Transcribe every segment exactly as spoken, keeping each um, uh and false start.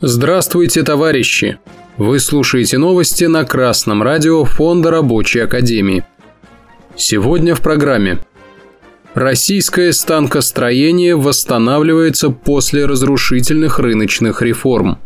Здравствуйте, товарищи! Вы слушаете новости на Красном радио Фонда Рабочей Академии. Сегодня в программе. Российское станкостроение восстанавливается после разрушительных рыночных реформ.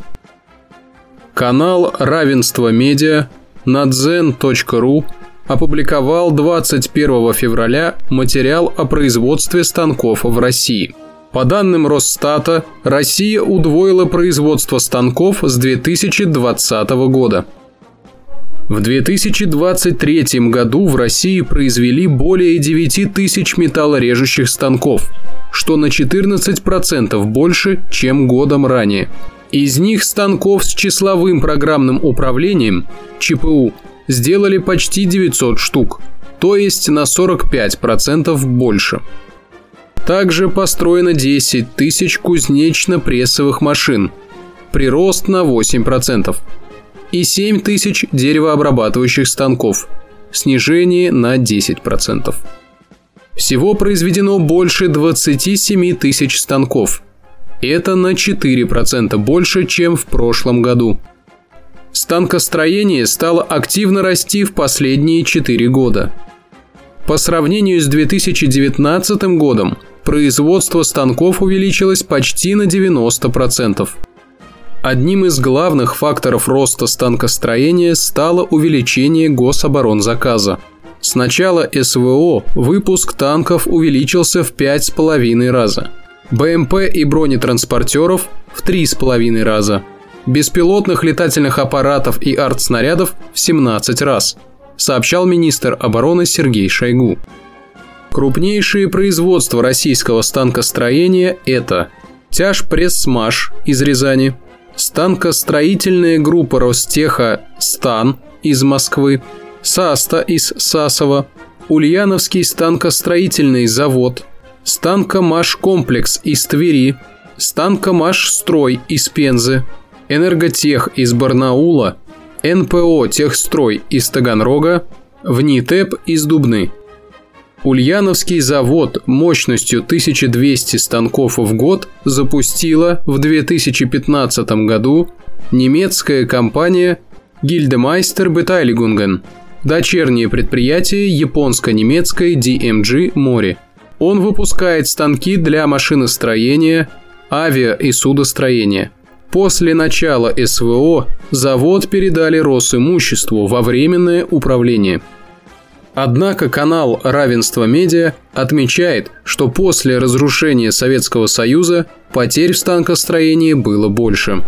Канал «Равенство Медиа» на дзен точка ру опубликовал двадцать первого февраля материал о производстве станков в России. По данным Росстата, Россия удвоила производство станков с две тысячи двадцатого года. В две тысячи двадцать третьем году в России произвели более девяти тысяч металлорежущих станков, что на четырнадцать процентов больше, чем годом ранее. Из них станков с числовым программным управлением, ЧПУ, сделали почти девятьсот штук, то есть на сорок пять процентов больше. Также построено десять тысяч кузнечно-прессовых машин, прирост на восемь процентов, и семь тысяч деревообрабатывающих станков, снижение на десять процентов. Всего произведено больше двадцати семи тысяч станков. Это на четыре процента больше, чем в прошлом году. Станкостроение стало активно расти в последние четыре года. По сравнению с две тысячи девятнадцатым годом производство станков увеличилось почти на девяносто процентов. Одним из главных факторов роста станкостроения стало увеличение гособоронзаказа. С начала эс вэ о выпуск танков увеличился в пять с половиной раза, бэ эм пэ и бронетранспортеров в три с половиной раза, беспилотных летательных аппаратов и артснарядов в семнадцать раз, сообщал министр обороны Сергей Шойгу. Крупнейшие производства российского станкостроения – это Тяжпрессмаш из Рязани, станкостроительная группа Ростеха «Стан» из Москвы, Саста из Сасова, Ульяновский станкостроительный завод, Станкомашкомплекс из Твери, Станкомашстрой из Пензы, Энерготех из Барнаула, эн пэ о Техстрой из Таганрога, Внитеп из Дубны. Ульяновский завод мощностью тысяча двести станков в год запустила в две тысячи пятнадцатом году немецкая компания Gildemeister Beteiligungen, дочернее предприятие японско-немецкой ди эм джи Mori. Он выпускает станки для машиностроения, авиа- и судостроения. После начала эс вэ о завод передали Росимуществу во временное управление. Однако канал «Равенство Медиа» отмечает, что после разрушения Советского Союза потерь в станкостроении было больше.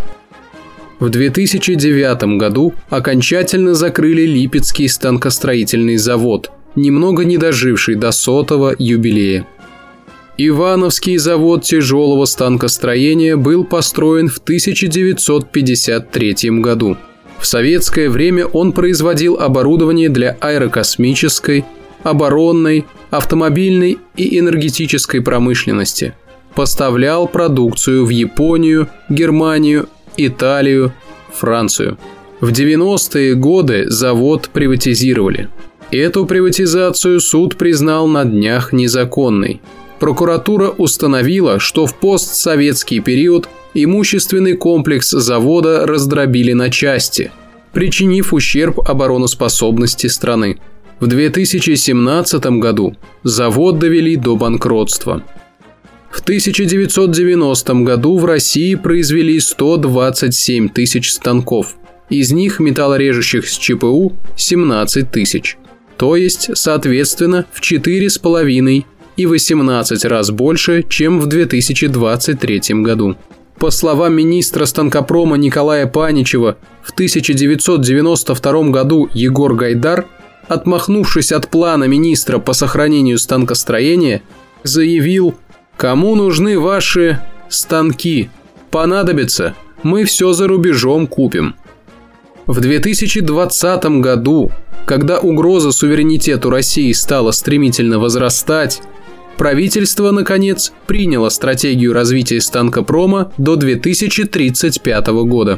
В две тысячи девятом году окончательно закрыли Липецкий станкостроительный завод, немного не доживший до сотого юбилея. Ивановский завод тяжелого станкостроения был построен в тысяча девятьсот пятьдесят третьем году. В советское время он производил оборудование для аэрокосмической, оборонной, автомобильной и энергетической промышленности. Поставлял продукцию в Японию, Германию, Италию, Францию. В девяностые годы завод приватизировали. Эту приватизацию суд признал на днях незаконной. Прокуратура установила, что в постсоветский период имущественный комплекс завода раздробили на части, причинив ущерб обороноспособности страны. В две тысячи семнадцатом году завод довели до банкротства. В тысяча девятьсот девяностом году в России произвели сто двадцать семь тысяч станков, из них металлорежущих с ЧПУ семнадцать тысяч, то есть, соответственно, в четыре с половиной и восемнадцать раз больше, чем в две тысячи двадцать третьем году. По словам министра станкопрома Николая Паничева, в тысяча девятьсот девяносто втором году Егор Гайдар, отмахнувшись от плана министра по сохранению станкостроения, заявил: «Кому нужны ваши станки? Понадобится, мы все за рубежом купим». В две тысячи двадцатом году, когда угроза суверенитету России стала стремительно возрастать, правительство, наконец, приняло стратегию развития станкопрома до две тысячи тридцать пятого года.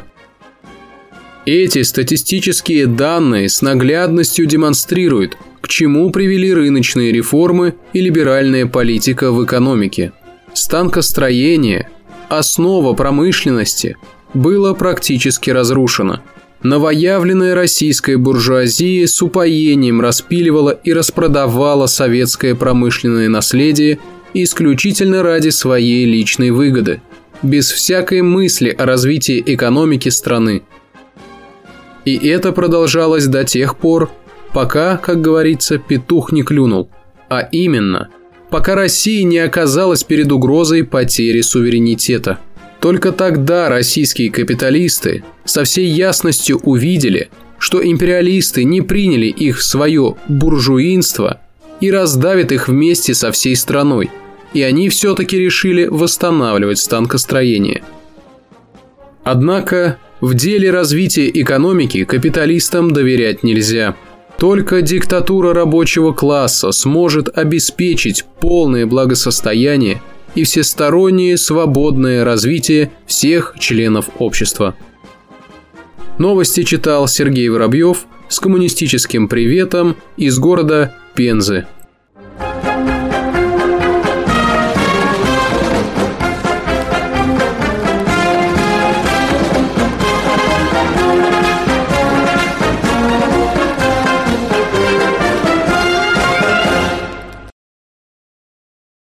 Эти статистические данные с наглядностью демонстрируют, к чему привели рыночные реформы и либеральная политика в экономике. Станкостроение – основа промышленности, было практически разрушено. Новоявленная российская буржуазия с упоением распиливала и распродавала советское промышленное наследие исключительно ради своей личной выгоды, без всякой мысли о развитии экономики страны. И это продолжалось до тех пор, пока, как говорится, петух не клюнул, а именно, пока Россия не оказалась перед угрозой потери суверенитета. Только тогда российские капиталисты со всей ясностью увидели, что империалисты не приняли их в свое буржуинство и раздавят их вместе со всей страной, и они все-таки решили восстанавливать станкостроение. Однако в деле развития экономики капиталистам доверять нельзя. Только диктатура рабочего класса сможет обеспечить полное благосостояние и всестороннее свободное развитие всех членов общества. Новости читал Сергей Воробьев с коммунистическим приветом из города Пензы.